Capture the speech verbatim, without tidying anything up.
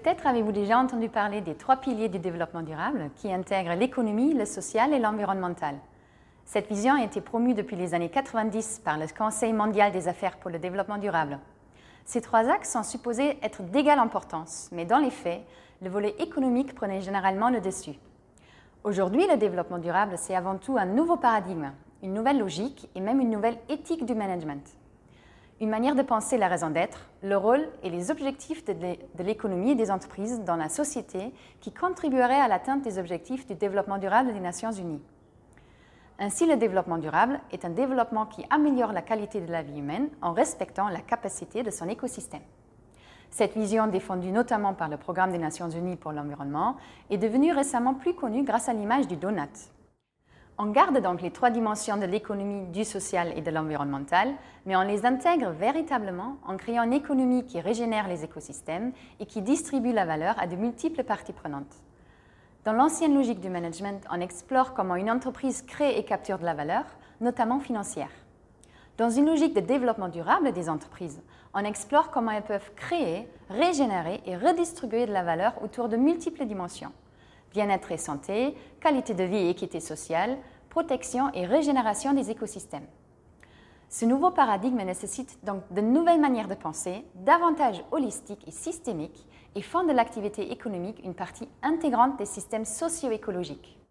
Peut-être avez-vous déjà entendu parler des trois piliers du développement durable qui intègrent l'économie, le social et l'environnemental. Cette vision a été promue depuis les années quatre-vingt-dix par le Conseil mondial des affaires pour le développement durable. Ces trois axes sont supposés être d'égale importance, mais dans les faits, le volet économique prenait généralement le dessus. Aujourd'hui, le développement durable, c'est avant tout un nouveau paradigme, une nouvelle logique et même une nouvelle éthique du management. Une manière de penser la raison d'être, le rôle et les objectifs de l'économie et des entreprises dans la société qui contribueraient à l'atteinte des objectifs du développement durable des Nations Unies. Ainsi, le développement durable est un développement qui améliore la qualité de la vie humaine en respectant la capacité de son écosystème. Cette vision, défendue notamment par le Programme des Nations Unies pour l'environnement, est devenue récemment plus connue grâce à l'image du donut. On garde donc les trois dimensions de l'économie, du social et de l'environnemental, mais on les intègre véritablement en créant une économie qui régénère les écosystèmes et qui distribue la valeur à de multiples parties prenantes. Dans l'ancienne logique du management, on explore comment une entreprise crée et capture de la valeur, notamment financière. Dans une logique de développement durable des entreprises, on explore comment elles peuvent créer, régénérer et redistribuer de la valeur autour de multiples dimensions. Bien-être et santé, qualité de vie et équité sociale, protection et régénération des écosystèmes. Ce nouveau paradigme nécessite donc de nouvelles manières de penser, davantage holistiques et systémiques, et font de l'activité économique une partie intégrante des systèmes socio-écologiques.